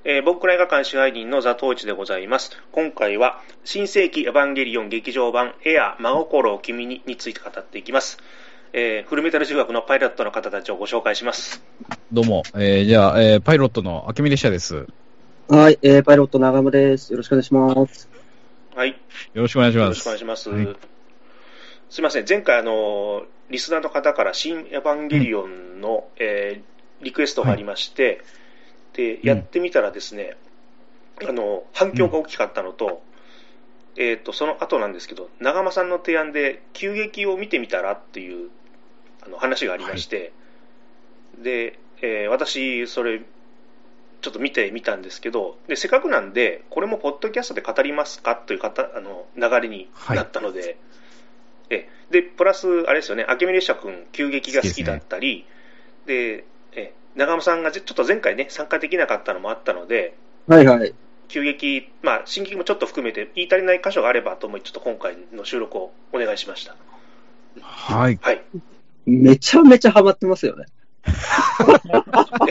僕ら映画館支配人のザトウイチでございます。今回は新世紀エヴァンゲリオン劇場版エア真心を君にについて語っていきます。フルメタル中学のパイロットの方たちをご紹介します。 どうも、じゃあ、パイロットの明美列車です。 はい、パイロット長山です。よろしくお願いします。 はい。 よろしくお願いします。 よろしくお願いします。はい、すいません、前回リスナーの方から新エヴァンゲリオンの、リクエストがありまして、でやってみたらですね、反響が大きかったのと、その後なんですけど、長間さんの提案で急激を見てみたらっていう話がありまして、で、私それちょっと見てみたんですけど、でせっかくなんでこれもポッドキャストで語りますかという流れになったので、でプラスあれですよね、明美列車君急激が好きだったりで、長間さんがちょっと前回ね参加できなかったのもあったので、 はいはい、 急激、進撃もちょっと含めて言い足りない箇所があればと思い、ちょっと今回の収録をお願いしました。 はい。 はい。 めちゃめちゃハマってますよね。 こん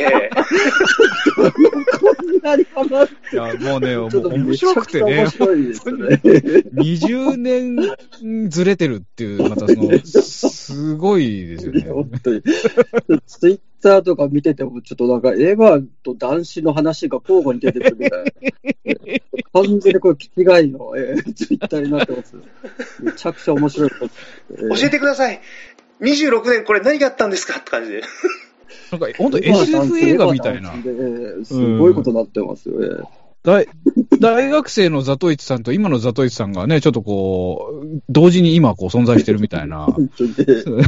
なにハマる。 いや、もうね、もう面白くてね。 面白いですね。 20年ずれてるっていう、またすごいですよね。 本当に。ツイッターとか見てても、ちょっとなんか、エヴァと男子の話が交互に出てくるみたいな。完全にこれ、気違いの、ツイッターになってます。めちゃくちゃ面白い。 教えてください。26年これ何があったんですかって感じで。 なんか、ほんと SF 映画みたいな。 すごいことになってますよね。 大学生のザトイチさんと今のザトイチさんがね、ちょっとこう、同時に今こう存在してるみたいな。 本当に。 はい。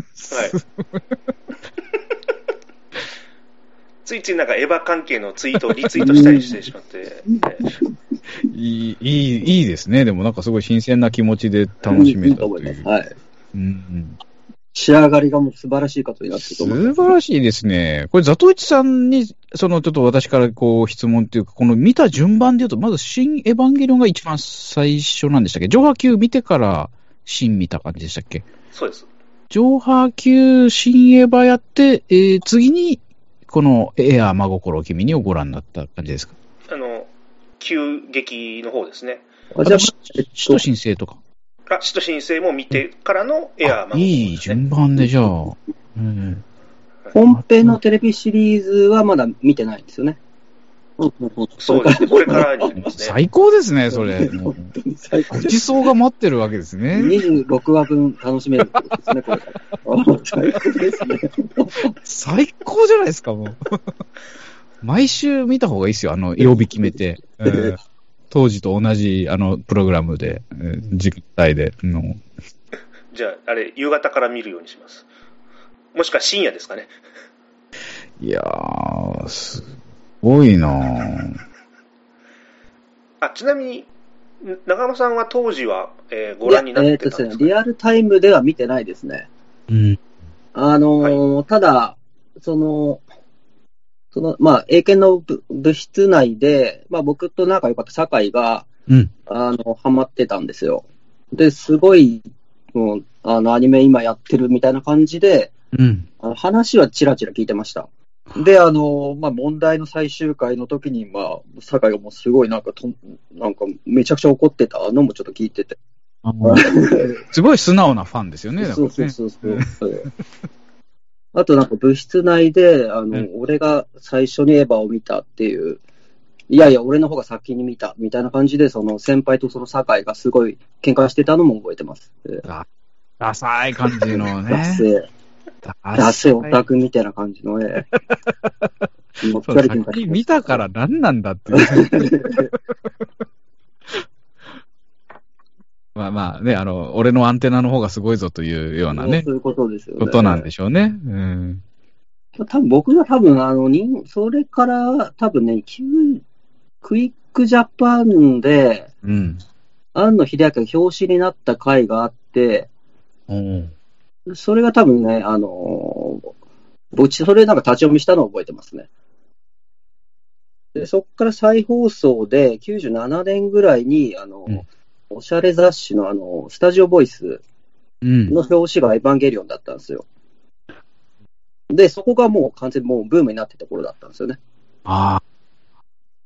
ついついなんかエヴァ関係のツイートをリツイートしたりしてしまって。 いいですね。でもなんかすごい新鮮な気持ちで楽しめたという。 いいと思います。はい。 うん。 仕上がりがもう素晴らしいことになってると思います。 素晴らしいですね。これ、ザトイチさんに、ちょっと私からこう質問っていうか、この見た順番で言うと、まず新エヴァンゲリオンが一番最初なんでしたっけ？上波級見てから新見た感じでしたっけ？ そうです。 上波級新エヴァやって、次にこのエアー真心君にをご覧になった感じですか？ 急激の方ですね。 じゃあ、使徒申請とか。 使徒申請も見てからのエアー真心、ね、 いい順番でじゃあ。うん、 本編のテレビシリーズはまだ見てないんですよね。 そうですね、これからになりますね。 最高ですね、それ。ごちそうが待ってるわけですね。 26話分楽しめるってことですね、これ。最高ですね。 最高じゃないですか、もう。毎週見た方がいいですよ、曜日決めて。当時と同じプログラムで、時間帯で。 じゃあ、あれ、夕方から見るようにします。もしくは深夜ですかね。 いやー、すごいなぁ。 ちなみに、長間さんは当時は、ご覧になってたんですか？ リアルタイムでは見てないですね。 うん。 はい、ただ、英検の部室内で、僕と仲良かった酒井が、ハマってたんですよ。で、すごい、アニメ今やってるみたいな感じで、話はチラチラ聞いてました。で、問題の最終回の時に、酒井がもうすごいなんかめちゃくちゃ怒ってたのもちょっと聞いてて。 すごい素直なファンですよね。 そう。あとなんか部室内で、俺が最初にエヴァを見たっていう、いやいや、俺の方が先に見た、みたいな感じで、その先輩とその酒井がすごい喧嘩してたのも覚えてます。 ダサい感じのね。 ダセオタクみたいな感じのね。 先に見たから何なんだっていう。まあね、俺のアンテナの方がすごいぞというようなね。 そういうことですよね。 ことなんでしょうね。 僕がそれから多分ね、クイックジャパンで、庵野秀明が表紙になった回があって、それが多分ね、それなんか立ち読みしたのを覚えてますね。で、そっから再放送で97年ぐらいに、おしゃれ雑誌のスタジオボイスの表紙がエヴァンゲリオンだったんですよ。で、そこがもう完全にもうブームになってた頃だったんですよね。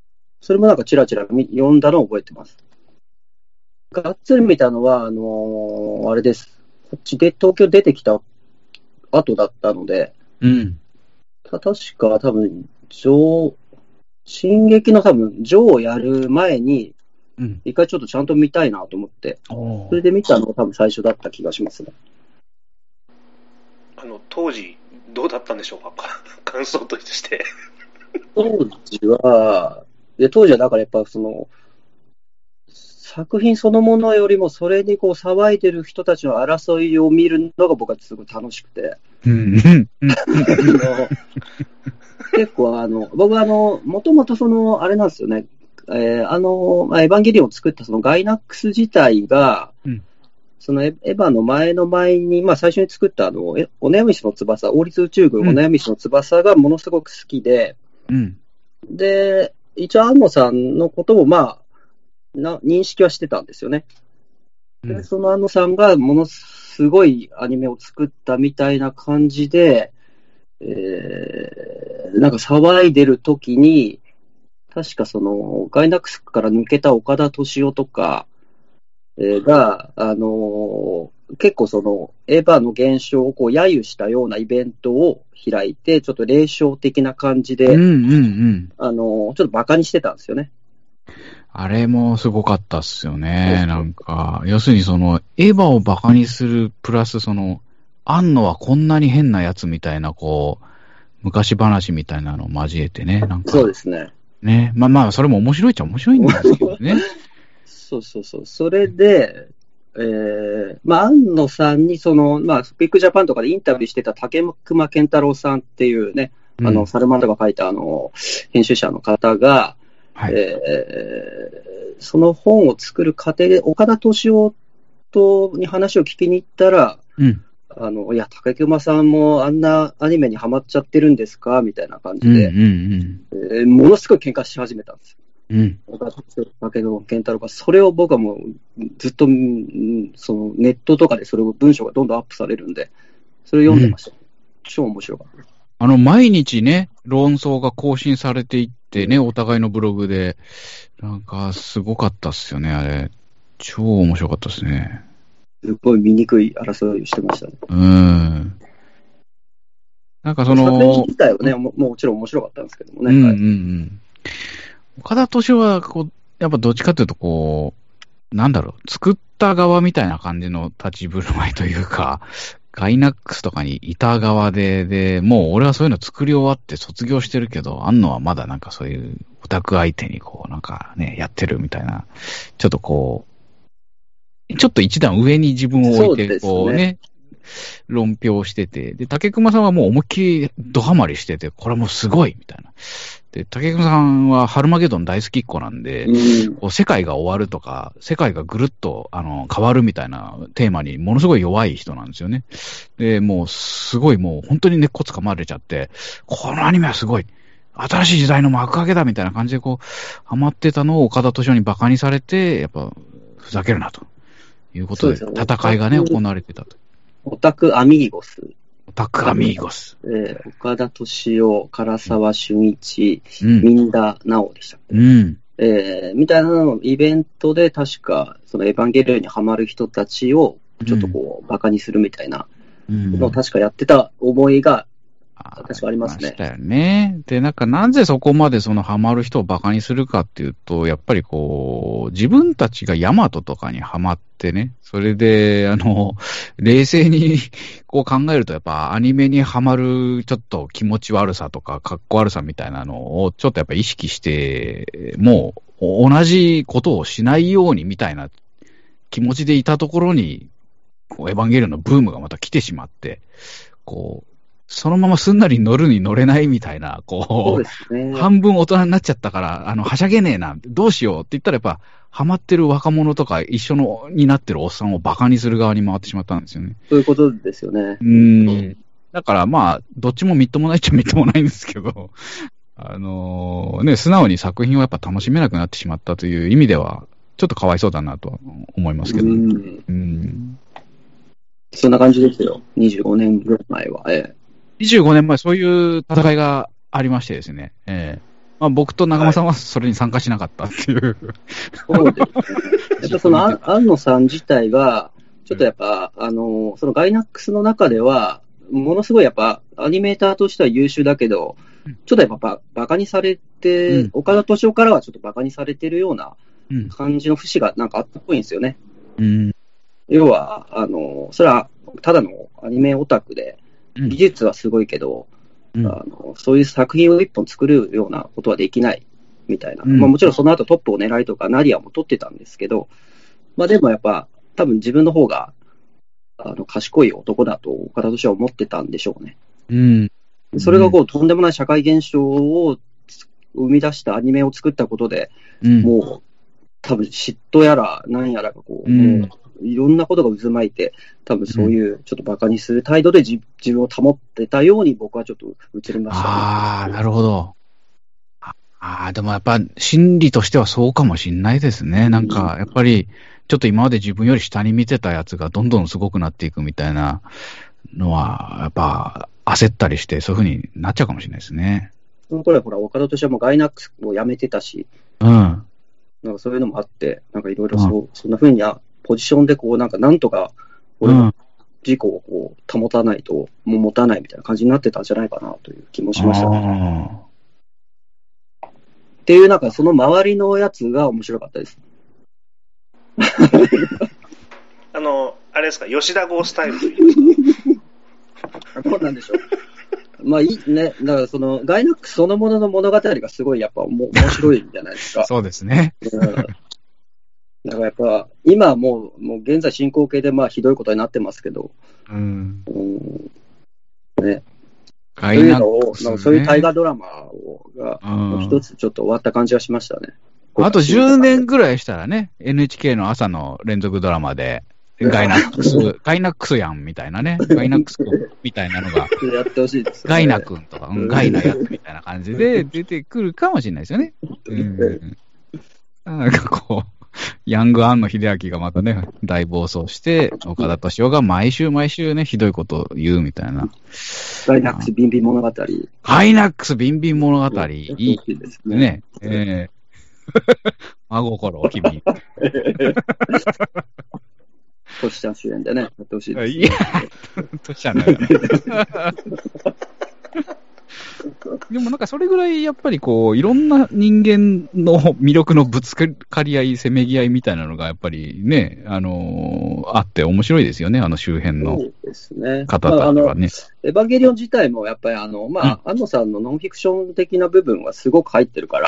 それもなんかチラチラ読んだのを覚えてます。がっつり見たのは、あれです。こっちで東京出てきた後だったので、 うん。 確か多分、進撃の多分、ジョーをやる前に、一回ちょっとちゃんと見たいなと思って、それで見たのが多分最初だった気がしますね。 当時、どうだったんでしょうか、感想として。 当時はだからやっぱ作品そのものよりも、それにこう騒いでる人たちの争いを見るのが僕はすごい楽しくて。結構僕はもともとあれなんですよね。エヴァンゲリオンを作ったそのガイナックス自体が、そのエヴァの前の前に、最初に作ったオネアミスの翼、王立宇宙軍オネアミスの翼がものすごく好きで、で、一応安野さんのことも認識はしてたんですよね。で、その安野さんがものすごいアニメを作ったみたいな感じで、なんか騒いでる時に、確かガイナックスから抜けた岡田敏夫とか、が、結構エヴァの現象をこう揶揄したようなイベントを開いて、ちょっと霊障的な感じで、ちょっとバカにしてたんですよね。 あれもすごかったっすよね。なんか、要するにエヴァをバカにするプラス庵野はこんなに変なやつみたいな、昔話みたいなのを交えてね、なんか。 そうですね。 ね。それも面白いっちゃ面白いんですけどね。 そう。それで、庵野さんにスピックジャパンとかでインタビューしてた竹熊健太郎さんっていうね、サルマンダが書いた編集者の方が、はい、その本を作る過程で岡田敏夫に話を聞きに行ったら、いや、竹熊さんもあんなアニメにハマっちゃってるんですかみたいな感じで、ものすごい喧嘩し始めたんですよ。岡田敏夫、竹熊健太郎が、それを僕はもうずっと、ネットとかでそれを文章がどんどんアップされるんで、それを読んでました。超面白かった。 毎日ね、論争が更新されていってね、お互いのブログで、なんかすごかったっすよね、あれ。超面白かったですね。 すごい醜い争いをしてましたね。 なんか作品自体はね、もちろん面白かったんですけどもね。 岡田敏夫は、やっぱどっちかというと、作った側みたいな感じの立ち振る舞いというか、ガイナックスとかにいた側で、もう俺はそういうの作り終わって卒業してるけど、庵野はまだなんかそういうオタク相手にやってるみたいな、ちょっと一段上に自分を置いて、論評してて、で、竹熊さんはもう思いっきりドハマりしてて、これはもうすごいみたいな。で、竹熊さんはハルマゲドン大好きっ子なんで、世界が終わるとか、世界がぐるっと変わるみたいなテーマにものすごい弱い人なんですよね。で、もうすごいもう本当に根っこつかまれちゃって、このアニメはすごい新しい時代の幕開けだみたいな感じでハマってたのを岡田敏夫にバカにされて、やっぱふざけるなということで戦いがね、行われてたと。 オタクアミーゴス。 岡田敏夫、唐沢俊一、民田直でしたっけ、みたいなのイベントで確か、エヴァンゲリオンにハマる人たちをちょっとバカにするみたいなのを確かやってた思いが、確かありますね。 したよね。で、なぜそこまでハマる人をバカにするかっていうと、やっぱり自分たちがヤマトとかにハマってね、それで、冷静に考えると、やっぱアニメにハマるちょっと気持ち悪さとか、かっこ悪さみたいなのをちょっとやっぱ意識して、もう同じことをしないようにみたいな気持ちでいたところに、エヴァンゲリオンのブームがまた来てしまって、そのまますんなり乗るに乗れないみたいな、 そうですね、 半分大人になっちゃったから、はしゃげねえな、どうしようって言ったらやっぱ、ハマってる若者とか一緒になってるおっさんをバカにする側に回ってしまったんですよね。 そういうことですよね。 だからどっちもみっともないっちゃみっともないんですけど、素直に作品をやっぱ楽しめなくなってしまったという意味では、ちょっとかわいそうだなとは思いますけど。 そんな感じですよ。25年ぐらい前は。 25年前、そういう戦いがありましてですね。 まあ、僕と長間さんはそれに参加しなかったっていう。 そうですね。やっぱその安野さん自体が、ちょっとやっぱ、そのガイナックスの中では、ものすごいやっぱ、アニメーターとしては優秀だけど、ちょっとやっぱバカにされて、岡田斗司夫からはちょっとバカにされてるような感じの節がなんかあったっぽいんですよね。要は、それはただのアニメオタクで、技術はすごいけど、そういう作品を一本作るようなことはできないみたいな。まあもちろんその後トップを狙いとかナディアも取ってたんですけど、まあでもやっぱ多分自分の方が賢い男だと岡田斗司夫は思ってたんでしょうね。それがこうとんでもない社会現象を生み出したアニメを作ったことで、もう多分嫉妬やら何やらがこう、もういろんなことが渦巻いて、多分そういうちょっとバカにする態度で自分を保ってたように僕はちょっと映りましたね。 ああ、なるほど。でもやっぱ心理としてはそうかもしんないですね。なんかやっぱりちょっと今まで自分より下に見てたやつがどんどんすごくなっていくみたいなのは、やっぱ焦ったりしてそういう風になっちゃうかもしれないですね。 これはほら、岡田斗司夫もガイナックスを辞めてたし、なんかそういうのもあって、なんかいろいろそんな風にポジションでこう、なんとか、俺の自己をこう保たないと、もう持たないみたいな感じになってたんじゃないかなという気もしましたね。っていう、なんかその周りのやつが面白かったです。 あれですか、吉田剛スタイルというんですか。そうなんでしょう。まあいいね。だからそのガイナックスそのものの物語がすごいやっぱ面白いんじゃないですか。 そうですね。 だからやっぱ今はもう現在進行形でまあひどいことになってますけど。ね。 ガイナックス、ね、 そういう大河ドラマが一つちょっと終わった感じがしましたね。 あと10年ぐらいしたらね、NHK の朝の連続ドラマで、ガイナックスやんみたいなね、ガイナックスみたいなのが、 やってほしいです、ね。 ガイナ君とか、ガイナやつみたいな感じで出てくるかもしれないですよね。なんかこう、ヤングアンの秀明がまたね、大暴走して、岡田斗司夫が毎週ね、ひどいことを言うみたいな。 ガイナックスビンビン物語。 ガイナックスビンビン物語。いいですね。真心、君。 トシちゃん主演でね、やってほしいです、ね。 いや、トシちゃんだよね。でもなんかそれぐらいやっぱりこう、いろんな人間の魅力のぶつかり合い、せめぎ合いみたいなのがやっぱりね、あって面白いですよね、周辺の方たちはね。 エヴァンゲリオン自体もやっぱり安野さんのノンフィクション的な部分はすごく入ってるから。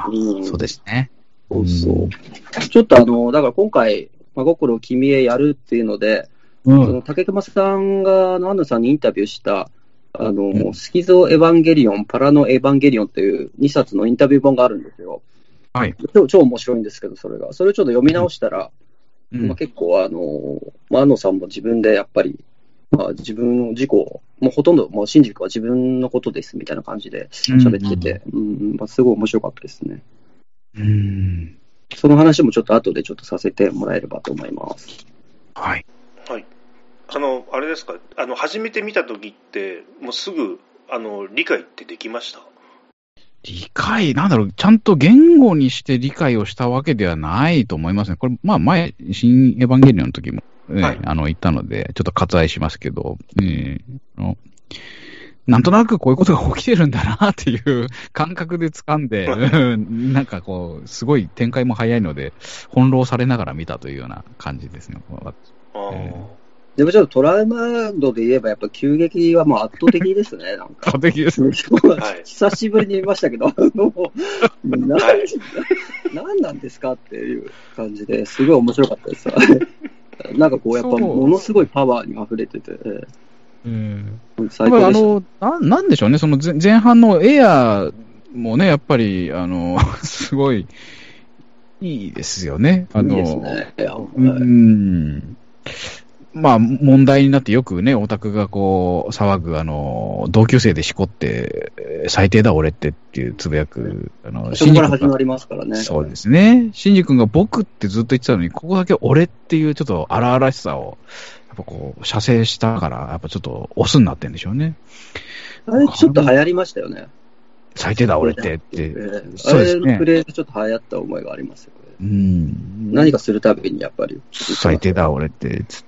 そうですね。 ちょっとだから今回、真心を君へやるっていうので、その竹熊さんが安野さんにインタビューした、スキゾエヴァンゲリオン、パラノエヴァンゲリオンっていう2冊のインタビュー本があるんですよ。 はい。 超面白いんですけど、それをちょっと読み直したら、結構安野さんも自分でやっぱり、自分の自己を、もうほとんど、新宿は自分のことですみたいな感じで喋ってて、すごい面白かったですね。その話もちょっと後でちょっとさせてもらえればと思います。 はい。 はい。あれですか、初めて見たときって、もうすぐ、理解ってできました？ 理解、ちゃんと言語にして理解をしたわけではないと思いますね。これ、前、新エヴァンゲリオンの時も、言ったので、ちょっと割愛しますけど、なんとなくこういうことが起きてるんだなっていう感覚で掴んで、なんかこう、すごい展開も早いので、翻弄されながら見たというような感じですね。 でもちょっとトラウマ度で言えば、やっぱ急激はもう圧倒的ですね。なんか圧倒的ですね。 久しぶりに見ましたけど、何なんですかっていう感じですごい面白かったです。なんかこう、やっぱものすごいパワーに溢れてて。 最高でした。なんでしょうね、その前半のエアもね、やっぱり、すごい、いいですよね。 いいですね。 問題になってよくね、オタクがこう、騒ぐ、同級生でしこって、最低だ俺っていうつぶやく、 そこから始まりますからね。 そうですね。シンジ君が僕ってずっと言ってたのに、ここだけ俺っていうちょっと荒々しさを、やっぱこう、射精したから、やっぱちょっとオスになってんでしょうね。 あれ、ちょっと流行りましたよね。 最低だ俺ってって。 そうですね。あれのフレーズちょっと流行った思いがありますよね。何かするたびにやっぱり。 最低だ俺って、つって。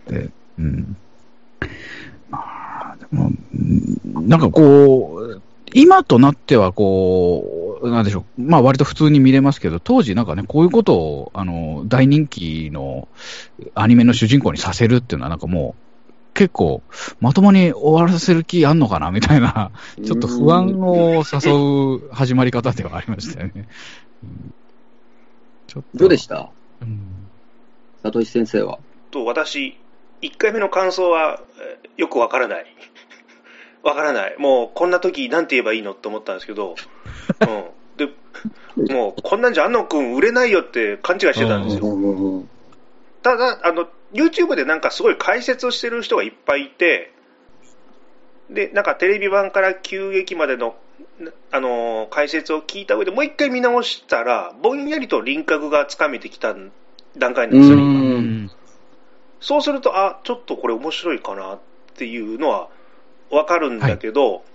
でも、なんかこう、今となってはこう、なんでしょう、まあ割と普通に見れますけど、当時なんかね、こういうことを、大人気のアニメの主人公にさせるっていうのはなんかもう、結構、まともに終わらせる気あんのかなみたいな、ちょっと不安を誘う始まり方ではありましたよね。 ちょっとどうでした、里石先生は。 私、1回目の感想はよくわからない。わからない。もうこんな時なんて言えばいいのって思ったんですけど、でもうこんなんじゃ安野くん売れないよって勘違いしてたんですよ。ただYouTube でなんかすごい解説をしてる人がいっぱいいて、でなんかテレビ版から急激までの解説を聞いた上でもう一回見直したらぼんやりと輪郭がつかめてきた段階なんですよね、今。そうするとちょっとこれ面白いかなっていうのはわかるんだけど、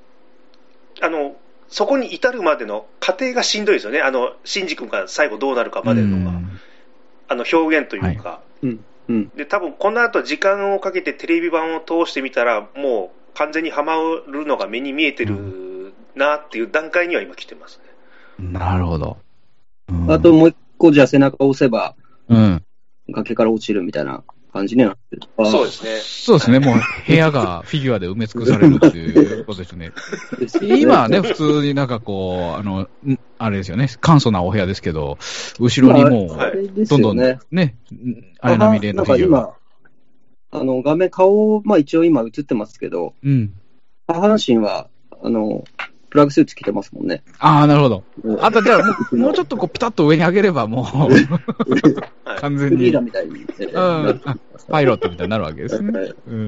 そこに至るまでの過程がしんどいですよね。シンジ君が最後どうなるかまでのが、表現というか、で多分この後時間をかけてテレビ版を通してみたらもう完全にハマるのが目に見えてるなっていう段階には今来てますね。なるほど。 あともう一個じゃあ背中を押せば、崖から落ちるみたいな感じになってる。 そうですね。 そうですね。もう部屋がフィギュアで埋め尽くされるっていうことですね。今はね、普通になんかこう、あれですよね。簡素なお部屋ですけど、後ろにもう、どんどんね、あれ並みでのフィギュアが。 なんか今、画面、顔、一応今映ってますけど、下半身は、プラグスーツ着てますもんね。 なるほど。あとじゃあもうちょっとこうピタッと上に上げればもう完全にリーダーみたいに、 パイロットみたいになるわけですね。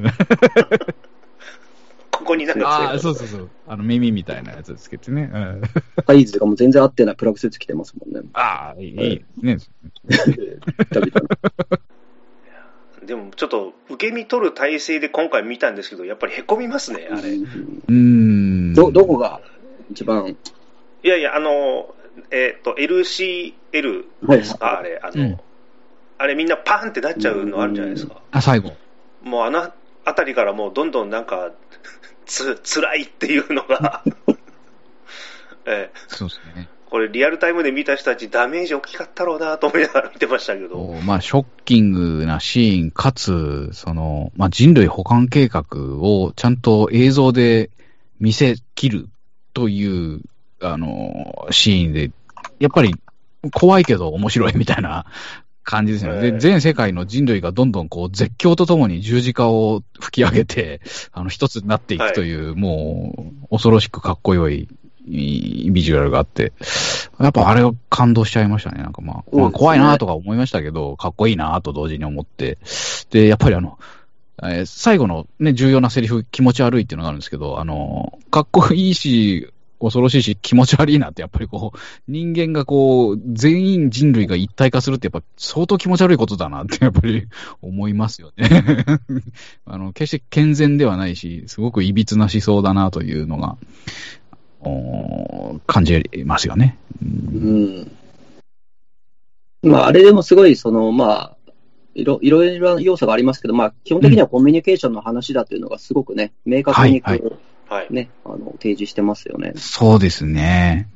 ここになんかそう。耳みたいなやつつけてね。 サイズとかも全然合ってないプラグスーツ着てますもんね。 いいね。 でもちょっと受け身取る体制で今回見たんですけど、やっぱりへこみますね、あれ。 どこが一番。 いやいや、LCL ですか、あれ。あれみんなパーンってなっちゃうのあるじゃないですか。 最後。 もうあたりからもうどんどんなんか、辛いっていうのが、 そうですね。 これリアルタイムで見た人たちダメージ大きかったろうなと思いながら見てましたけど。 ショッキングなシーンかつ、人類保管計画をちゃんと映像で見せ切るという、シーンで、やっぱり怖いけど面白いみたいな感じですよね。で、全世界の人類がどんどんこう絶叫とともに十字架を吹き上げて、一つになっていくという、もう恐ろしくかっこよいビジュアルがあって、やっぱあれを感動しちゃいましたね。なんか怖いなとか思いましたけど、かっこいいなと同時に思って、で、やっぱり最後のね、重要なセリフ、気持ち悪いっていうのがあるんですけど、かっこいいし、恐ろしいし、気持ち悪いなって、やっぱりこう、人間がこう、全員人類が一体化するって、やっぱ相当気持ち悪いことだなって、やっぱり思いますよね。決して健全ではないし、すごく歪な思想だなというのが、感じますよね。 あれでもすごい、いろいろな要素がありますけど、基本的にはコミュニケーションの話だっていうのがすごくね、明確に提示してますよね。 そうですね。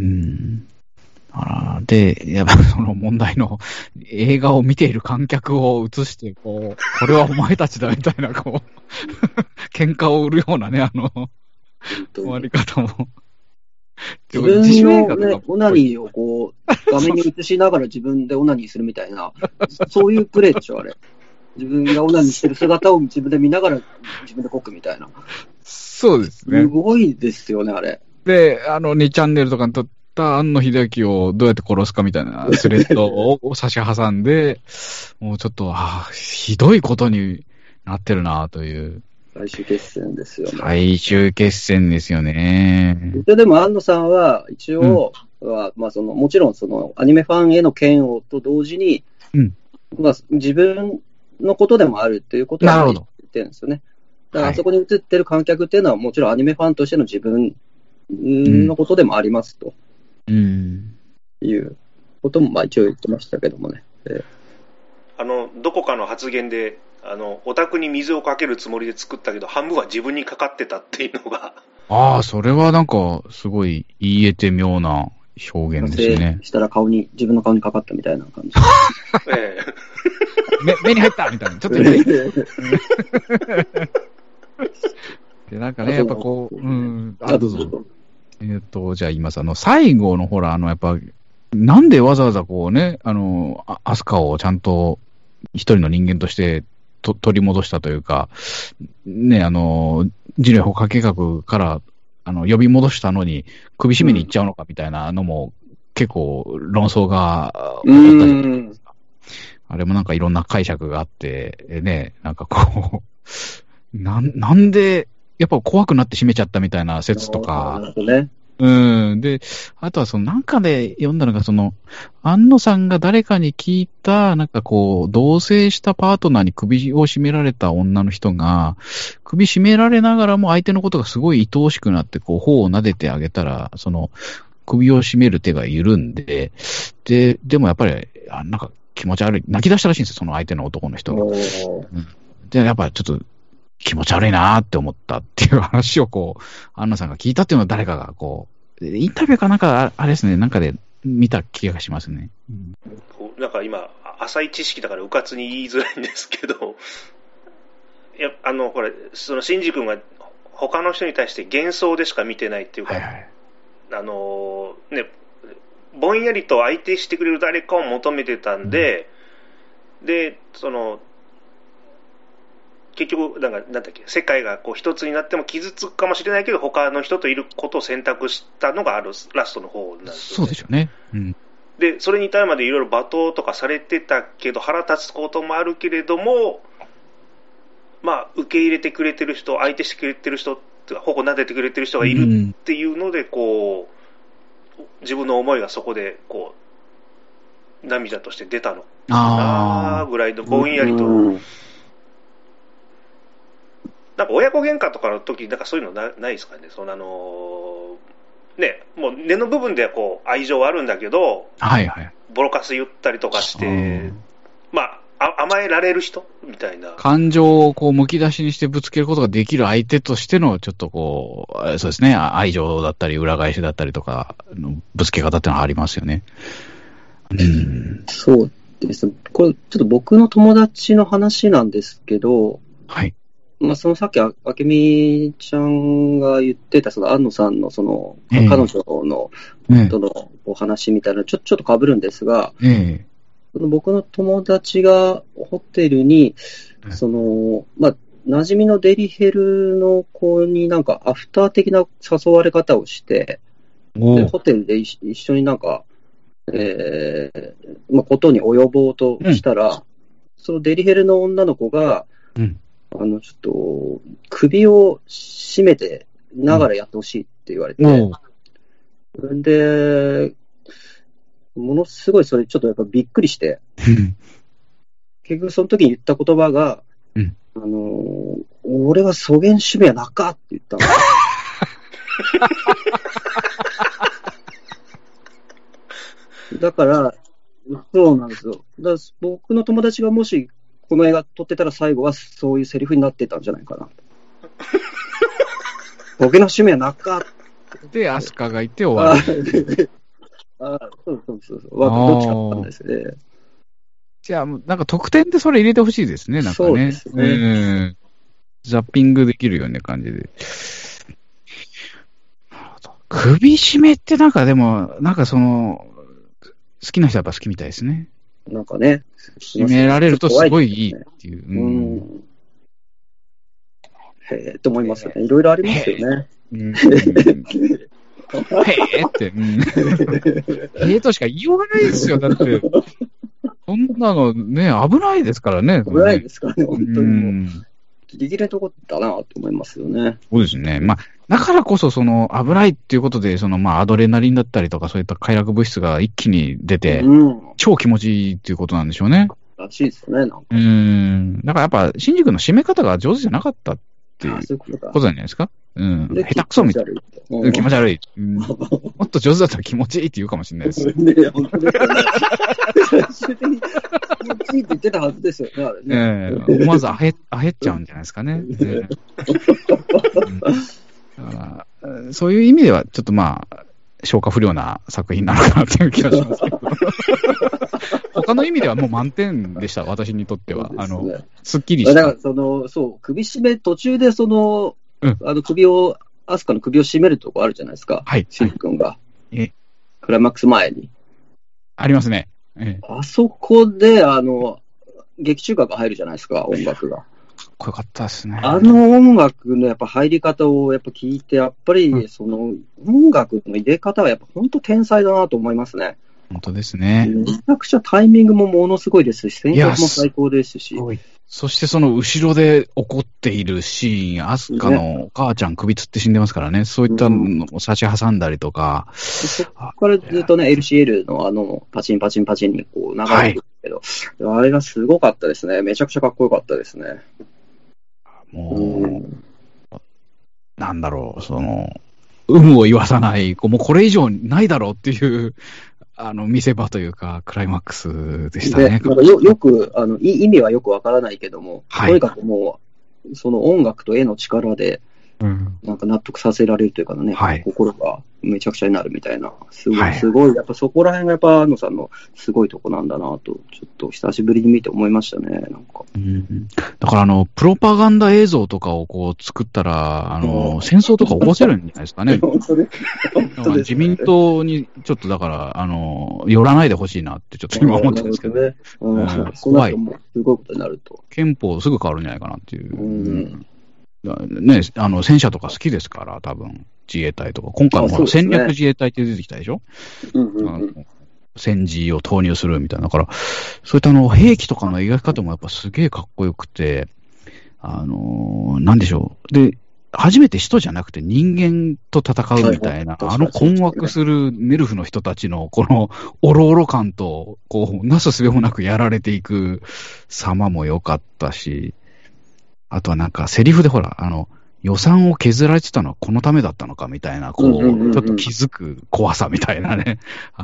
で、やっぱその問題の映画を見ている観客を映して、これはお前たちだみたいな、喧嘩を売るようなね、終わり方も。 自分のね、オナニーを画面に映しながら自分でオナニーするみたいな、そういうプレイでしょ、あれ。自分がオナニーしてる姿を自分で見ながら自分でこくみたいな。 そうですね。 すごいですよね、あれ。 で、2チャンネルとかに撮った庵野秀明をどうやって殺すかみたいなスレッドを差し挟んで、もうちょっと、ひどいことになってるなという。 最終決戦ですよね。 最終決戦ですよね。 でも、庵野さんは、一応もちろん、アニメファンへの嫌悪と同時に、自分のことでもあるっていうことを言ってるんですよね。だから、あそこに映ってる観客っていうのは、もちろんアニメファンとしての自分のことでもありますと。 うんいうことも、まあ一応言ってましたけどもね。 どこかの発言で、お宅に水をかけるつもりで作ったけど、半分は自分にかかってたっていうのが。 ああ、それはなんか、すごい言えて妙な表現ですね。 したら自分の顔にかかったみたいな感じ。 目に入ったみたいな。ちょっとで、なんかね、やっぱこう、どうぞ。じゃあ言います。最後のほら、やっぱ、なんでわざわざこうね、アスカをちゃんと一人の人間として取り戻したというか、ね、人類捕獲計画から呼び戻したのに首絞めに行っちゃうのかみたいなのも結構論争が起こったじゃないですか。あれもなんかいろんな解釈があって、ね、なんかこう、なんで、やっぱ怖くなって締めちゃったみたいな説とか。 なるほどね。 で、あとはなんかで読んだのが、安野さんが誰かに聞いた、なんかこう、同棲したパートナーに首を絞められた女の人が、首絞められながらも相手のことがすごい愛おしくなって、こう、頬を撫でてあげたら、首を絞める手が緩んで、でもやっぱり、なんか気持ち悪い、泣き出したらしいんですよ、その相手の男の人が。で、やっぱちょっと、気持ち悪いなーって思ったっていう話をこう、安野さんが聞いたっていうのを誰かがこう、インタビューかなんか、あれですね、なんかで見た気がしますね。 なんか今、浅い知識だからうかつに言いづらいんですけど、いや、これ、シンジ君が他の人に対して幻想でしか見てないっていうか、ね、ぼんやりと相手してくれる誰かを求めてたんで、で、結局、なんだっけ、世界がこう一つになっても傷つくかもしれないけど、他の人といることを選択したのがラストの方なんですよね。 そうでしょうね。 で、それに至るまでいろいろ罵倒とかされてたけど、腹立つこともあるけれども、まあ、受け入れてくれてる人、相手してくれてる人、頬撫でてくれてる人がいるっていうので、こう、自分の思いがそこで、こう、涙として出たのかなぐらいのぼんやりと。なんか親子喧嘩とかの時なんかそういうのないですかね。ね、もう根の部分ではこう愛情はあるんだけど、ボロカス言ったりとかして、まあ甘えられる人みたいな。 感情をこうむき出しにしてぶつけることができる相手としてのちょっとこう、そうですね、愛情だったり裏返しだったりとかのぶつけ方ってのはありますよね。 そうです。これちょっと僕の友達の話なんですけど、まあ、さっき、あけみちゃんが言ってた、安野さんの彼女の、とのお話みたいな、ちょっと被るんですが、僕の友達がホテルに、まあ、馴染みのデリヘルの子になんかアフター的な誘われ方をして、でホテルで一緒になんか、まあ、ことに及ぼうとしたら、そのデリヘルの女の子が、ちょっと、首を絞めてながらやってほしいって言われて、で、ものすごいそれちょっとやっぱびっくりして、結局その時に言った言葉が、俺はそげん締めやなかって言ったの。だから、そうなんですよ。だから僕の友達がもし、この映画撮ってたら最後はそういうセリフになってたんじゃないかな。僕の趣味はなかで、アスカがいて終わる。 そう。どっちかったんですね。 じゃあ、なんか特典でそれ入れてほしいですね、なんかね。そうですね。ザッピングできるような感じで。首絞めってなんかでも、なんか好きな人はやっぱ好きみたいですね。 なんかね。 締められるとすごいいいっていう。 へえって思いますよね。いろいろありますよね。 へえって。へえとしか言いようがないですよ。だって、そんなのね、危ないですからね。 危ないですからね、本当に。ギリギリのとこだなと思いますよね。 そうですね。まあ、だからこそ、危ないっていうことで、まあ、アドレナリンだったりとか、そういった快楽物質が一気に出て、超気持ちいいっていうことなんでしょうね。 らしいですね、なんか。 だからやっぱ、新宿の締め方が上手じゃなかったっていうことじゃないですか。 うん。下手くそみたいな。気持ち悪い。もっと上手だったら気持ちいいって言うかもしれないです。 ね、本当ですよね。最終的に気持ちいいって言ってたはずですよね、あれね。 思わずあへっちゃうんじゃないですかね。だからそういう意味では、ちょっとまあ、消化不良な作品なのかなっていう気がしますけど。他の意味ではもう満点でした、私にとっては。すっきりした。 だからそう、首絞め、途中で首を、アスカの首を絞めるとこあるじゃないですか。 はい。 シン君が。クライマックス前に。 ありますね。 あそこで、劇中歌が入るじゃないですか、音楽が。 かっこよかったですね。 音楽のやっぱ入り方をやっぱ聞いて、やっぱり音楽の入れ方はやっぱ本当天才だなと思いますね。 本当ですね。 めちゃくちゃタイミングもものすごいですし、選曲も最高ですし。 そしてその後ろで怒っているシーン、アスカのお母ちゃん首つって死んでますからね、そういったのを差し挟んだりとか。 そこからずっとね、LCL のパチンパチンパチンにこう流れてるけど、あれがすごかったですね。めちゃくちゃかっこよかったですね。 もう、なんだろう、有無を言わさない、もうこれ以上ないだろうっていう、見せ場というか、クライマックスでしたね。 よく、意味はよくわからないけども、とにかくもう、その音楽と絵の力で、なんか納得させられるというかね、心がめちゃくちゃになるみたいな、すごい、やっぱそこら辺がやっぱ安野さんのすごいとこなんだなと、ちょっと久しぶりに見て思いましたね、なんか。 だからプロパガンダ映像とかをこう作ったら、戦争とか起こせるんじゃないですかね。 本当です。 自民党にちょっとだから、寄らないでほしいなってちょっと今思ってるんですけどね。 怖い。すごいことになると。 憲法すぐ変わるんじゃないかなっていう。ね、戦車とか好きですから、多分自衛隊とか、今回も戦略自衛隊って出てきたでしょ、戦時を投入するみたいな、だから、そういった兵器とかの描き方もやっぱすげえかっこよくて、なんでしょう、で、初めて人じゃなくて人間と戦うみたいな、困惑するネルフの人たちの、このおろおろ感と、こう、なすすべもなくやられていく様も良かったし、あとはなんかセリフでほら、予算を削られてたのはこのためだったのかみたいな、こう、ちょっと気づく怖さみたいなね。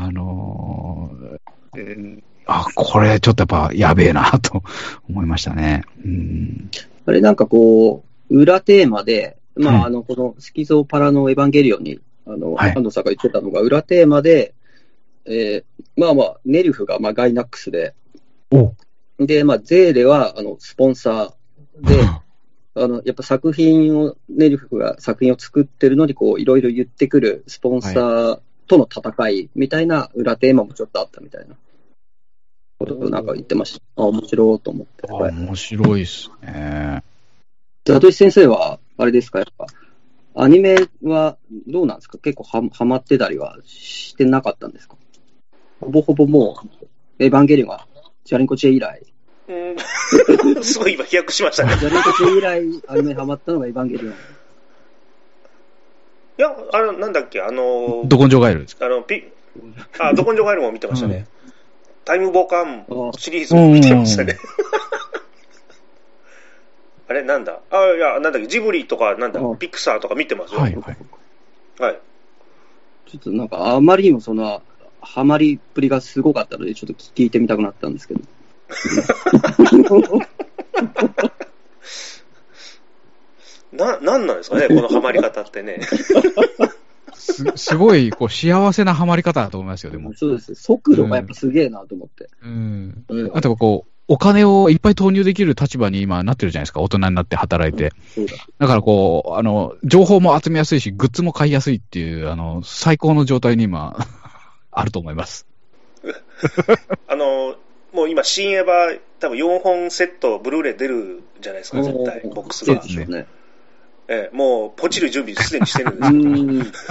これちょっとやっぱやべえなと思いましたね。 あれなんかこう、裏テーマで、まあこのスキゾパラのエヴァンゲリオンに、安藤さんが言ってたのが、裏テーマで、ネルフがガイナックスで、で、ゼーレはスポンサー、で、やっぱネルフが作品を作ってるのに、こう、いろいろ言ってくるスポンサーとの戦いみたいな裏テーマもちょっとあったみたいなことをなんか言ってました。面白いと思って。 面白いっすね。 里石先生は、あれですか、やっぱ、アニメはどうなんですか？結構ハマってたりはしてなかったんですか？ほぼほぼもう、エヴァンゲリオンが、ジャリンコチェ以来、 すごい今飛躍しましたね。 ジャリンコチェ以来アニメハマったのがエヴァンゲリオン。いや、なんだっけ、 ど根性ガエルですか？ ど根性ガエルも見てましたね。タイムボカンシリーズも見てましたね。あれなんだ、いや、なんだっけ、ジブリとか、なんだ、ピクサーとか見てますよ。はい。 ちょっとなんか、あまりにもその、ハマりっぷりがすごかったので、ちょっと聞いてみたくなったんですけど。 なんなんですかね、このハマり方ってね。 すごいこう幸せなハマり方だと思いますよ、でも。 そうです。速度がやっぱすげえなと思って。 あとこう、お金をいっぱい投入できる立場に今なってるじゃないですか、大人になって働いて。だからこう、情報も集めやすいし、グッズも買いやすいっていう、最高の状態に今、あると思います。 もう今、新エヴァ、多分4本セット、ブルーレイ出るじゃないですか、絶対、ボックスが。 そうですね。 もう、ポチる準備すでにしてるんですけど。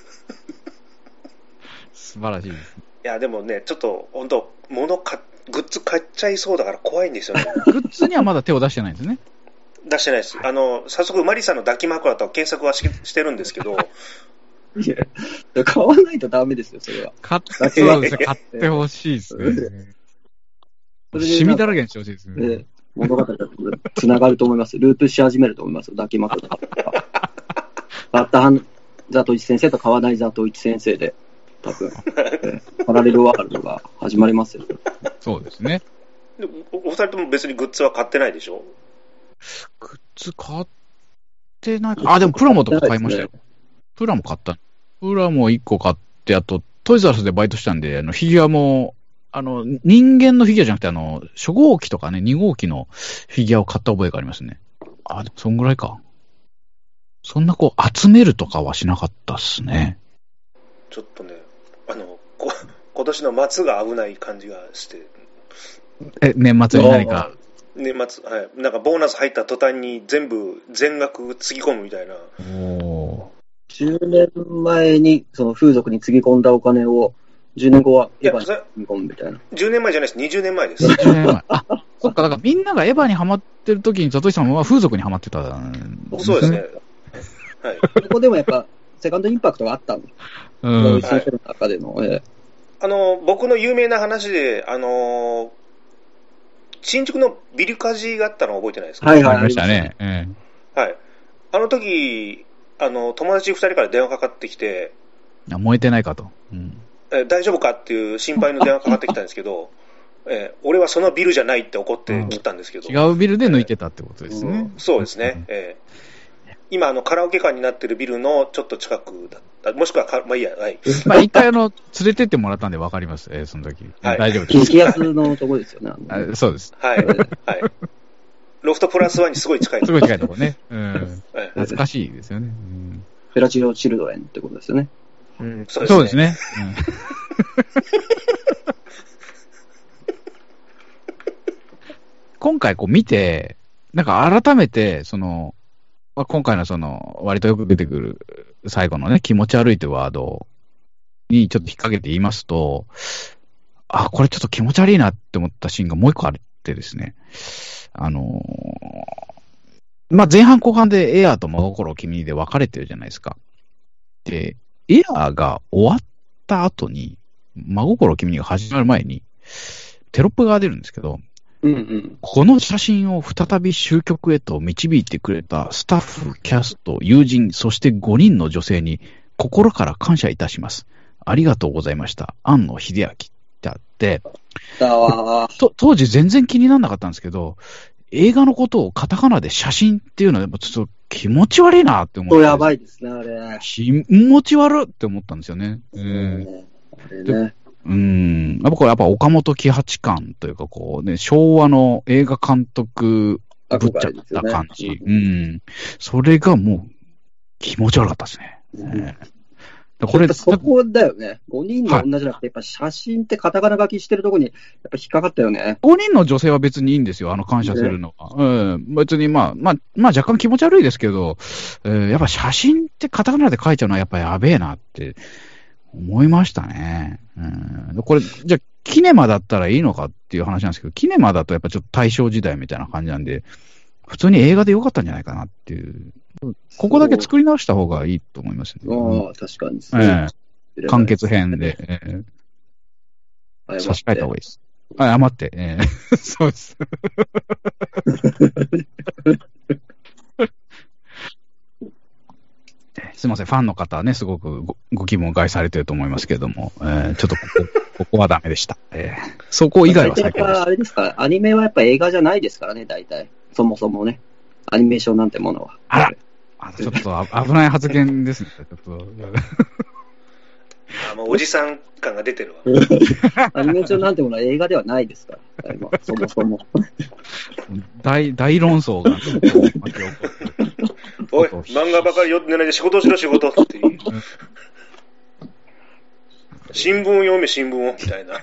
素晴らしいです。 いや、でもね、ちょっと、本当グッズ買っちゃいそうだから怖いんですよね。 グッズにはまだ手を出してないんですね。 出してないです。早速、マリさんの抱き枕と検索はしてるんですけど。 いや、買わないとダメですよ、それは。 買ってほしいですね。シミだらけにしてほしいですね。 物語がつながると思います。ループし始めると思います。抱き枕とか。 バッターザトイチ先生と川内ザトイチ先生で、多分、パラレルワールドが始まりますよ。 そうですね。 お二人とも別にグッズは買ってないでしょ？ グッズ買ってないか。あ、でもプラモとか買いましたよ。プラモ買った。プラモ1個買って、あと、トイザらスでバイトしたんで、フィギュアも、人間のフィギュアじゃなくて、初号機とかね、2号機のフィギュアを買った覚えがありますね。あ、でもそんぐらいか。そんな集めるとかはしなかったっすね。 ちょっとね、今年の末が危ない感じがして。 年末に何か。 年末、はい。なんかボーナス入った途端に全額つぎ込むみたいな。 10年前にその風俗につぎ込んだお金を10年後はエヴァにつぎ込むみたいな。 10年前じゃないです。20年前です。 20年前。あ、そっか、だからみんながエヴァにハマってる時に、ザトシさんは風俗にハマってた、 そうですね。はい。 そこでもやっぱ、セカンドインパクトがあったの。うん。先生の中での。 僕の有名な話で、新宿のビル火事があったのを覚えてないですか？ はいはい。 ありましたね。 はい。あの時、友達2人から電話かかってきて、 燃えてないかと。 大丈夫かっていう心配の電話かかってきたんですけど、俺はそのビルじゃないって怒って切ったんですけど。 違うビルで抜いてたってことですね。 そうですね。今、カラオケ館になってるビルのちょっと近くだった。もしくはまあいいや、はい。 まあ一回連れてってもらったんで分かります。その時。はい、大丈夫です。 激安のとこですよね。 そうです。 はい。はい。ロフトプラスワンにすごい近い。 すごい近いとこね。懐かしいですよね。 フェラチオチルドレンってことですよね。 そうですね。今回見て、なんか改めて、今回の割とよく出てくる最後のね、気持ち悪いというワードにちょっと引っ掛けて言いますと、これちょっと気持ち悪いなって思ったシーンがもう一個あってですね、まあ、前半後半でエアーと真心君にで分かれてるじゃないですか。で、エアーが終わった後に、真心君にが始まる前に、テロップが出るんですけど、この写真を再び終局へと導いてくれたスタッフ、キャスト、友人、そして5人の女性に心から感謝いたします。ありがとうございました。庵野秀明ってあって、当時全然気にならなかったんですけど、映画のことをカタカナで写真っていうのはやっぱちょっと気持ち悪いなって思って。 やばいですね、あれ。 気持ち悪って思ったんですよね。 あれね。 やっぱ岡本喜八感というか昭和の映画監督ぶっちゃった感じ。それがもう気持ち悪かったですね。 これそこだよね。5人の女じゃなくて、やっぱ写真ってカタカナ書きしてるとこにやっぱ引っかかったよね。 5人の女性は別にいいんですよ、感謝するのは。別にまあ若干気持ち悪いですけど、やっぱ写真ってカタカナで書いちゃうのはやっぱやべえなって思いましたね。これ、じゃあ、キネマだったらいいのかっていう話なんですけど、キネマだとやっぱちょっと大正時代みたいな感じなんで、普通に映画でよかったんじゃないかなっていう。ここだけ作り直した方がいいと思いますね。 確かに。 完結編で、差し替えた方がいいです。余って、そうです。すみません、ファンの方はね、すごくご気分を害されてると思いますけれども、ちょっとここはダメでした。そこ以外は最高です。 あれですか、アニメはやっぱ映画じゃないですからね、大体。そもそもね。アニメーションなんてものは。 ちょっと危ない発言ですね。ちょっともうおじさん感が出てるわ。 アニメーションなんてものは映画ではないですから、そもそも。 大論争が巻き起こって。 おい、漫画ばかり読んでないで仕事しろ仕事っていう。新聞を読め新聞をみたいな。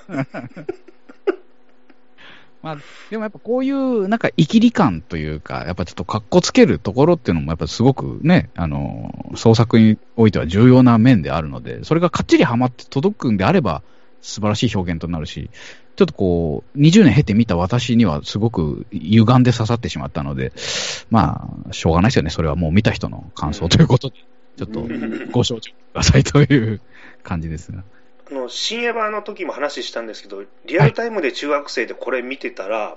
まあ、でもやっぱこういうなんかイキリ感というか、やっぱちょっとカッコつけるところっていうのもやっぱすごくね、創作においては重要な面であるので、それがかっちりはまって届くんであれば素晴らしい表現となるし、ちょっと20年経って見た私にはすごく歪んで刺さってしまったので、まあ、しょうがないですよね。それはもう見た人の感想ということで、ちょっとご承知くださいという感じですが。 新エヴァの時も話したんですけど、リアルタイムで中学生でこれ見てたら、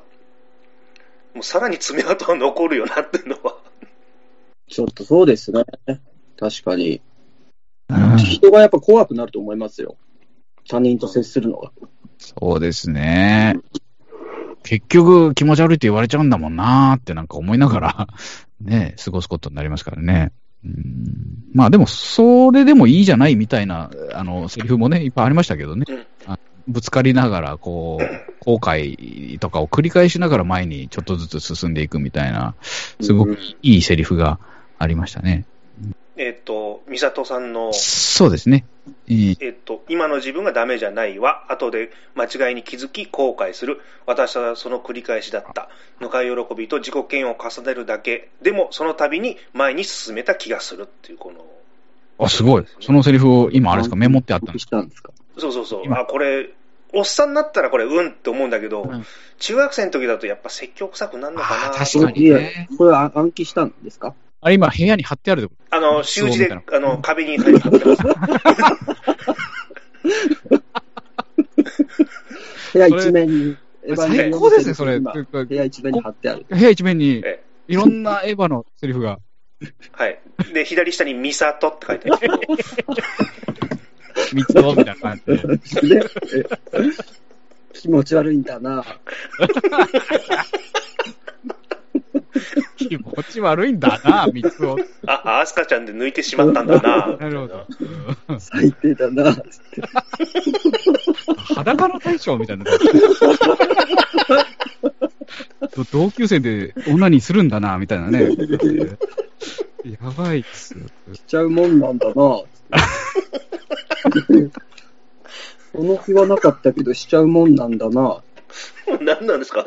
もうさらに爪痕は残るよなっていうのは。 ちょっとそうですね。 確かに。人がやっぱ怖くなると思いますよ。他人と接するのが。 そうですね。結局気持ち悪いって言われちゃうんだもんなーってなんか思いながらね、過ごすことになりますからね。まあでもそれでもいいじゃないみたいなセリフもねいっぱいありましたけどね。ぶつかりながらこう後悔とかを繰り返しながら前にちょっとずつ進んでいくみたいなすごくいいセリフがありましたね。 美里さんの、 そうですね。 今の自分がダメじゃないわ、後で間違いに気づき後悔する、私はその繰り返しだった、ぬか喜びと自己嫌悪を重ねるだけ、でもその度に前に進めた気がするっていうこの、 あ、すごい。そのセリフを今あれですか、メモってあったんですか？ そうそうそう。これおっさんになったらこれって思うんだけど、中学生の時だとやっぱ説教臭くなるのかな。 確かにね。 これは暗記したんですか？ あれ今部屋に貼ってあるってこと？ 習字で壁に貼ってます。 部屋一面に。 最高ですね、それ。 部屋一面に貼ってある。 部屋一面にいろんなエヴァのセリフが。 はい。で、左下にミサトって書いてある。 三つみたいな感じで。 気持ち悪いんだな。 気持ち悪いんだな、三つを。 アスカちゃんで抜いてしまったんだな。 なるほど。 最低だな。 裸の大将みたいな。同級生で女にするんだな、みたいなね。やばいっす。 しちゃうもんなんだな。その気はなかったけどしちゃうもんなんだな。 何なんですか？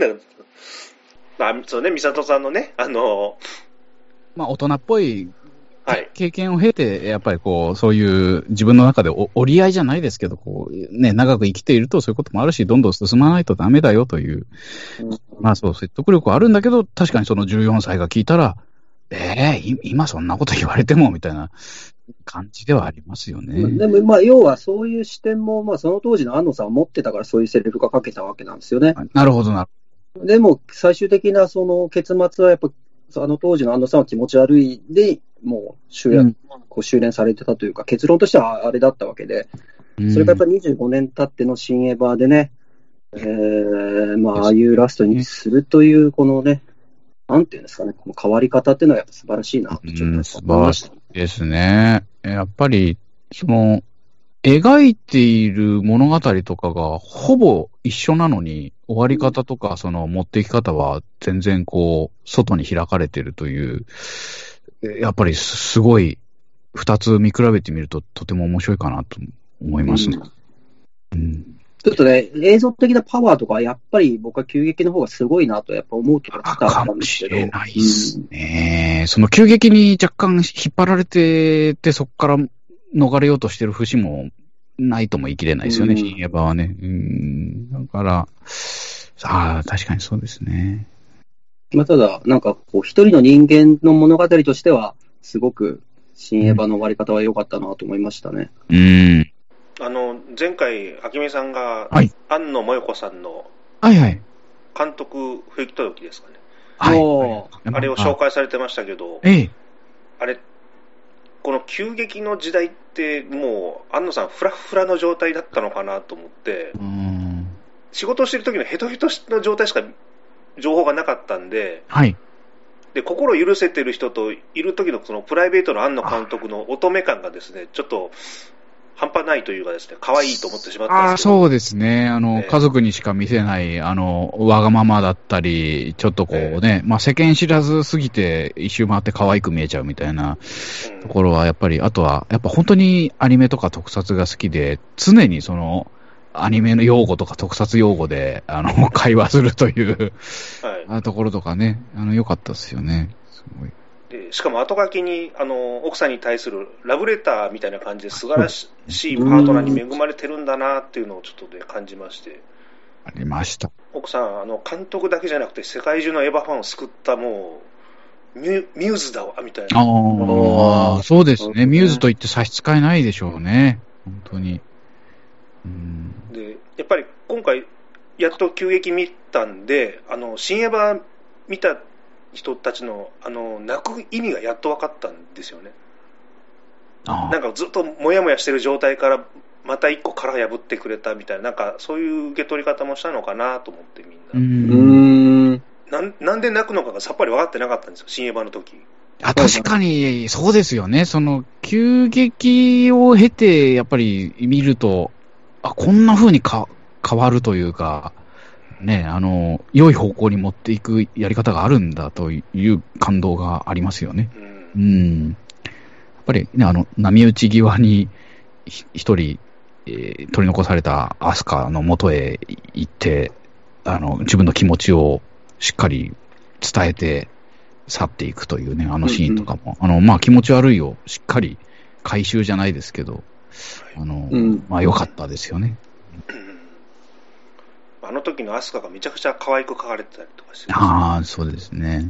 そうね、美里さんのね、 まあ大人っぽい経験を経て、やっぱりこう、そういう自分の中で折り合いじゃないですけど、こう、ね、長く生きているとそういうこともあるし、どんどん進まないとダメだよという、まあそう、説得力はあるんだけど、確かにその14歳が聞いたら、今そんなこと言われても、みたいな感じではありますよね。 でも、まあ、要はそういう視点も、まあ、その当時の安野さんは持ってたから、そういうセリフが書けたわけなんですよね。 なるほどな。 でも、最終的なその結末は、やっぱ、当時の安野さんは気持ち悪いで、もう修練されてたというか、結論としてはあれだったわけで、それがやっぱ25年経っての新エヴァでね、まあ、ああいうラストにするという、このね、なんていうんですかね、この変わり方っていうのはやっぱ素晴らしいなとちょっと素晴らしいですね。やっぱり、描いている物語とかがほぼ一緒なのに、終わり方とか、持っていき方は全然こう、外に開かれているという、やっぱりすごい、二つ見比べてみるととても面白いかなと思いますね。 ちょっとね、映像的なパワーとか、やっぱり僕は急激の方がすごいなとやっぱ思うところがあったんですけど。 かもしれないですね。その急激に若干引っ張られてて、そこから逃れようとしてる節もないとも言い切れないですよね、新エヴァはね。だから、確かにそうですね。 まあ、ただ、なんかこう、一人の人間の物語としては、すごく新エヴァの終わり方は良かったなと思いましたね。 前回、明美さんが、庵野もよこさんの監督不行き届きですかね。あれを紹介されてましたけど、あれ、この急激の時代って、もう、庵野さん、フラフラの状態だったのかなと思って、仕事をしてる時のヘトヘトの状態しか情報がなかったんで、で心許せてる人といる時のそのプライベートの庵野監督の乙女感がですね、ちょっと半端ないというかですね、可愛いと思ってしまったんですけど。 そうですね。家族にしか見せない、わがままだったり、ちょっとこうね、まあ世間知らずすぎて一周回って可愛く見えちゃうみたいなところはやっぱり、あとは、やっぱ本当にアニメとか特撮が好きで、常にアニメの用語とか特撮用語で、会話するという、ところとかね、良かったですよね。すごい。 でしかも後書きに奥さんに対するラブレターみたいな感じで素晴らしいパートナーに恵まれてるんだなっていうのをちょっとね感じまして。 ありました。 奥さん監督だけじゃなくて世界中のエヴァファンを救ったもうミューズだわみたいな。 そうですね。ミューズと言って差し支えないでしょうね。本当に。 でやっぱり今回やっと急激見たんで新エヴァ見た人たちの泣く意味がやっと分かったんですよね。 なんかずっともやもやしてる状態からまた一個殻破ってくれたみたいな、なんかそういう受け取り方もしたのかなと思ってみんな。なんで泣くのかがさっぱり分かってなかったんですよ、新エヴァの時。 確かに、そうですよね。その、急激を経て、やっぱり見ると、こんな風に変わるというか、ね、良い方向に持っていくやり方があるんだという感動がありますよね。やっぱりね、波打ち際に一人、取り残されたアスカの元へ行って、自分の気持ちをしっかり伝えて去っていくというね、シーンとかも、まあ気持ち悪いをしっかり回収じゃないですけど、まあ良かったですよね。 あの時のアスカがめちゃくちゃ可愛く描かれてたりとかして。 そうですね。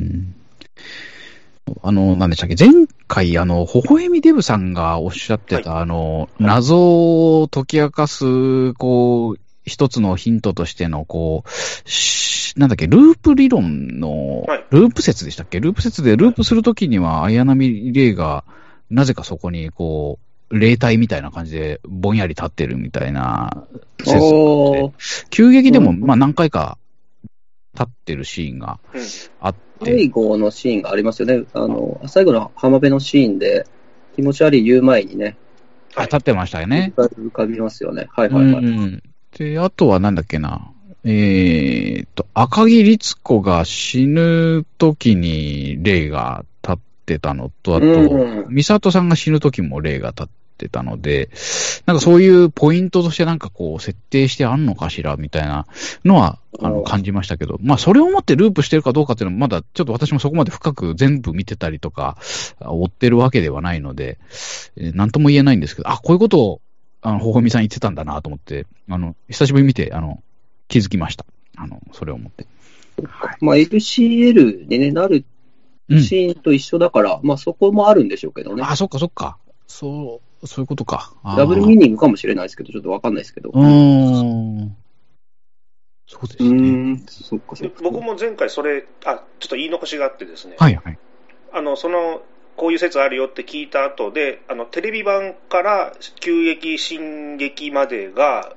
なんでしたっけ、前回、微笑みデブさんがおっしゃってた、謎を解き明かす、こう、一つのヒントとしての、こう、なんだっけ、ループ理論の、ループ説でしたっけ、ループ説で、ループするときには、綾波レイが、なぜかそこに、こう、霊体みたいな感じで、ぼんやり立ってるみたいな説があって、急激でも、まあ何回か立ってるシーンがあって、 最後のシーンがありますよね。最後の浜辺のシーンで、気持ち悪い言う前にね。 立ってましたよね。 浮かびますよね。 で、あとはなんだっけな。赤木律子が死ぬ時に霊が立ってたのと、あと、美里さんが死ぬ時も霊が立ってたので、なんかそういうポイントとしてなんかこう設定してあんのかしらみたいなのは感じましたけど、まあそれをもってループしてるかどうかっていうのはまだちょっと私もそこまで深く全部見てたりとか追ってるわけではないので、なんとも言えないんですけど、こういうことをほほみさん言ってたんだなと思って、久しぶりに見て気づきました。それを思って。 まあ LCL に、ね、なるシーンと一緒だから、まあそこもあるんでしょうけどね。 そっかそっか。そういうことか。 ダブルミーニングかもしれないですけど、ちょっとわかんないですけど。 そうですね。 そっか。 僕も前回それ、ちょっと言い残しがあってですね。こういう説あるよって聞いた後で、テレビ版から急激、進撃までが、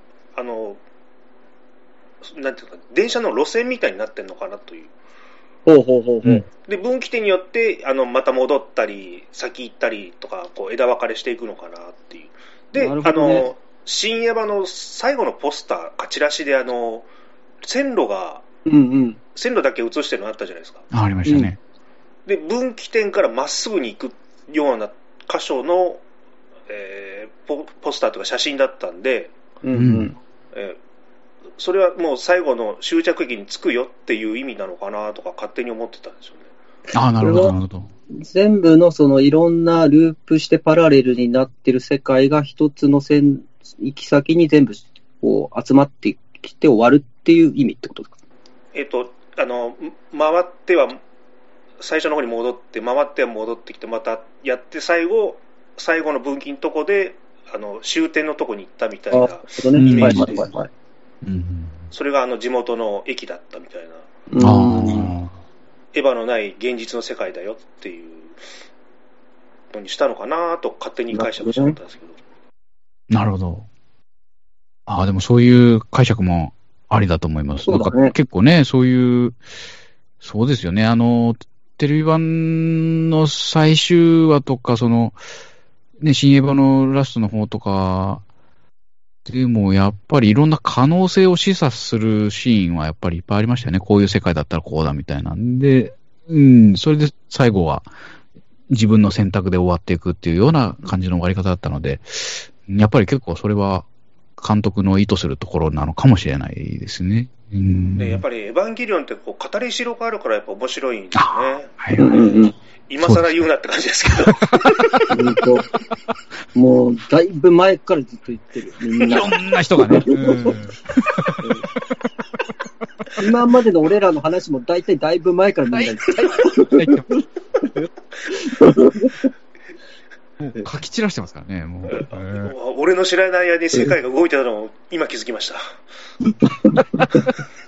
なんていうか、電車の路線みたいになってるのかなという。で、分岐点によって、また戻ったり、先行ったりとか、こう、枝分かれしていくのかなっていう。で、新エヴァの最後のポスターかチラシで、線路が、線路だけ映してるのあったじゃないですか。 ありましたね。 で、分岐点からまっすぐに行くような箇所の、ポスターとか写真だったんで、それはもう最後の終着駅に着くよっていう意味なのかなとか勝手に思ってたんですよね。 なるほど、なるほど。 全部のそのいろんなループしてパラレルになってる世界が一つの行き先に全部こう集まってきて終わるっていう意味ってことですか？ 回っては最初の方に戻って、回っては戻ってきて、またやって最後の分岐のとこで終点のとこに行ったみたいなイメージで、それが地元の駅だったみたいな、エヴァのない現実の世界だよっていうのにしたのかなと勝手に解釈してたんですけど。 なるほど。でもそういう解釈もありだと思います。なんか結構ね、そうですよね。テレビ版の最終話とか、新エヴァのラストの方とか、でもやっぱりいろんな可能性を示唆するシーンはやっぱりいっぱいありましたよね。こういう世界だったらこうだみたいなんで、それで最後は自分の選択で終わっていくっていうような感じの終わり方だったので、やっぱり結構それは監督の意図するところなのかもしれないですね。 やっぱりエヴァンゲリオンってこう語りしろがあるからやっぱ面白いんですよね。今更言うなって感じですけど。 もうだいぶ前からずっと言ってる。みんな。 いろんな人がね。 今までの俺らの話も大体だいぶ前からみんな言ってる。 もう書き散らしてますからね。もう俺の知らない間に世界が動いてたのを今気づきました。